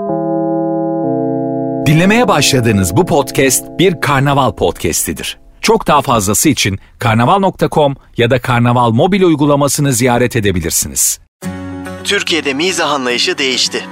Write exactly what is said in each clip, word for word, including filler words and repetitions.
Dinlemeye başladığınız bu podcast bir Karnaval podcastidir. Çok daha fazlası için karnaval nokta com ya da Karnaval mobil uygulamasını ziyaret edebilirsiniz. Türkiye'de mizah anlayışı değişti.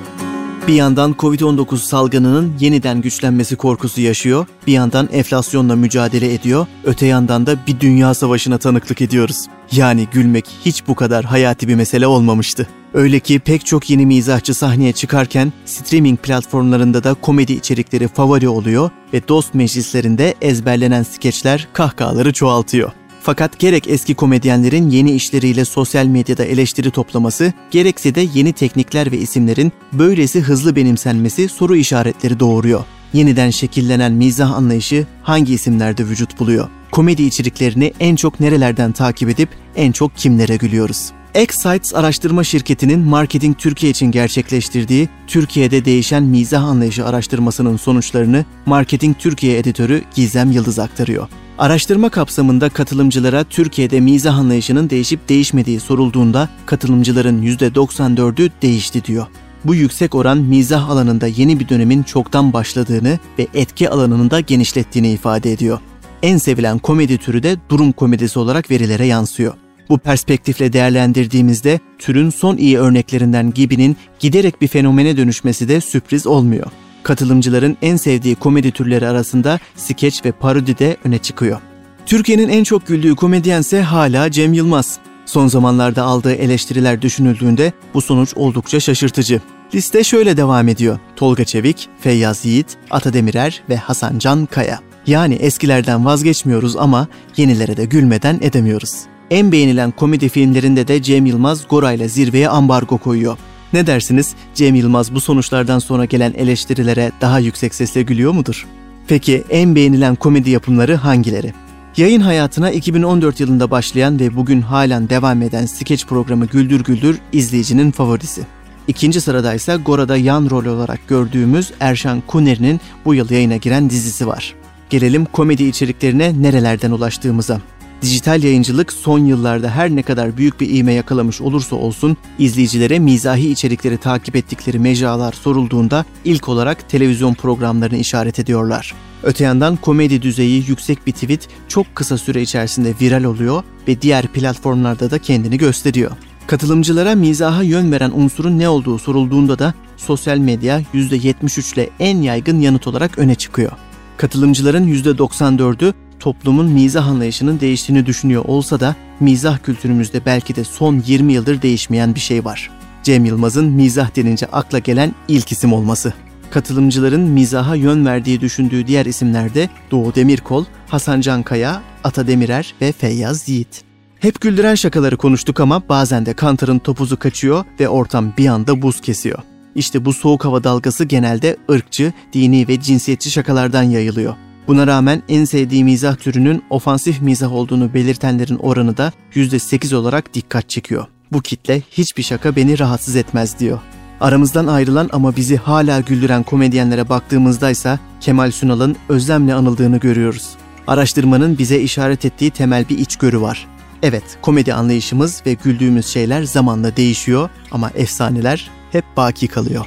Bir yandan kovid on dokuz salgınının yeniden güçlenmesi korkusu yaşıyor, bir yandan enflasyonla mücadele ediyor, öte yandan da bir dünya savaşına tanıklık ediyoruz. Yani gülmek hiç bu kadar hayati bir mesele olmamıştı. Öyle ki pek çok yeni mizahçı sahneye çıkarken streaming platformlarında da komedi içerikleri favori oluyor ve dost meclislerinde ezberlenen skeçler kahkahaları çoğaltıyor. Fakat gerek eski komedyenlerin yeni işleriyle sosyal medyada eleştiri toplaması, gerekse de yeni teknikler ve isimlerin böylesi hızlı benimsenmesi soru işaretleri doğuruyor. Yeniden şekillenen mizah anlayışı hangi isimlerde vücut buluyor? Komedi içeriklerini en çok nerelerden takip edip en çok kimlere gülüyoruz? X-Sites araştırma şirketinin Marketing Türkiye için gerçekleştirdiği Türkiye'de değişen mizah anlayışı araştırmasının sonuçlarını Marketing Türkiye editörü Gizem Yıldız aktarıyor. Araştırma kapsamında katılımcılara Türkiye'de mizah anlayışının değişip değişmediği sorulduğunda katılımcıların yüzde doksan dördü değişti diyor. Bu yüksek oran mizah alanında yeni bir dönemin çoktan başladığını ve etki alanını da genişlettiğini ifade ediyor. En sevilen komedi türü de durum komedisi olarak verilere yansıyor. Bu perspektifle değerlendirdiğimizde türün son iyi örneklerinden Gibi'nin giderek bir fenomene dönüşmesi de sürpriz olmuyor. Katılımcıların en sevdiği komedi türleri arasında skeç ve parodi de öne çıkıyor. Türkiye'nin en çok güldüğü komedyense hala Cem Yılmaz. Son zamanlarda aldığı eleştiriler düşünüldüğünde bu sonuç oldukça şaşırtıcı. Liste şöyle devam ediyor. Tolga Çevik, Feyyaz Yiğit, Ata Demirer ve Hasan Can Kaya. Yani eskilerden vazgeçmiyoruz ama yenilere de gülmeden edemiyoruz. En beğenilen komedi filmlerinde de Cem Yılmaz Gora'yla zirveye ambargo koyuyor. Ne dersiniz? Cem Yılmaz bu sonuçlardan sonra gelen eleştirilere daha yüksek sesle gülüyor mudur? Peki en beğenilen komedi yapımları hangileri? Yayın hayatına iki bin on dört yılında başlayan ve bugün halen devam eden skeç programı Güldür Güldür izleyicinin favorisi. İkinci sırada ise Gora'da yan rol olarak gördüğümüz Erşan Kuneri'nin bu yıl yayına giren dizisi var. Gelelim komedi içeriklerine nerelerden ulaştığımıza. Dijital yayıncılık son yıllarda her ne kadar büyük bir ivme yakalamış olursa olsun izleyicilere mizahi içerikleri takip ettikleri mecralar sorulduğunda ilk olarak televizyon programlarını işaret ediyorlar. Öte yandan komedi düzeyi yüksek bir tweet çok kısa süre içerisinde viral oluyor ve diğer platformlarda da kendini gösteriyor. Katılımcılara mizaha yön veren unsurun ne olduğu sorulduğunda da sosyal medya yüzde yetmiş üç ile en yaygın yanıt olarak öne çıkıyor. Katılımcıların yüzde doksan dördü toplumun mizah anlayışının değiştiğini düşünüyor olsa da mizah kültürümüzde belki de son yirmi yıldır değişmeyen bir şey var. Cem Yılmaz'ın mizah denince akla gelen ilk isim olması. Katılımcıların mizaha yön verdiği düşündüğü diğer isimler de Doğu Demirkol, Hasan Can Kaya, Ata Demirer ve Feyyaz Yiğit. Hep güldüren şakaları konuştuk ama bazen de kantarın topuzu kaçıyor ve ortam bir anda buz kesiyor. İşte bu soğuk hava dalgası genelde ırkçı, dini ve cinsiyetçi şakalardan yayılıyor. Buna rağmen en sevdiği mizah türünün ofansif mizah olduğunu belirtenlerin oranı da yüzde sekiz olarak dikkat çekiyor. Bu kitle hiçbir şaka beni rahatsız etmez diyor. Aramızdan ayrılan ama bizi hala güldüren komedyenlere baktığımızdaysa Kemal Sunal'ın özlemle anıldığını görüyoruz. Araştırmanın bize işaret ettiği temel bir içgörü var. Evet, komedi anlayışımız ve güldüğümüz şeyler zamanla değişiyor ama efsaneler hep baki kalıyor.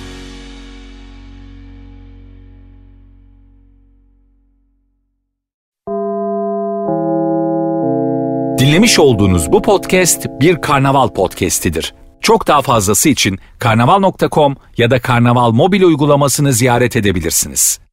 Dinlemiş olduğunuz bu podcast bir Karnaval podcastidir. Çok daha fazlası için karnaval nokta com ya da Karnaval mobil uygulamasını ziyaret edebilirsiniz.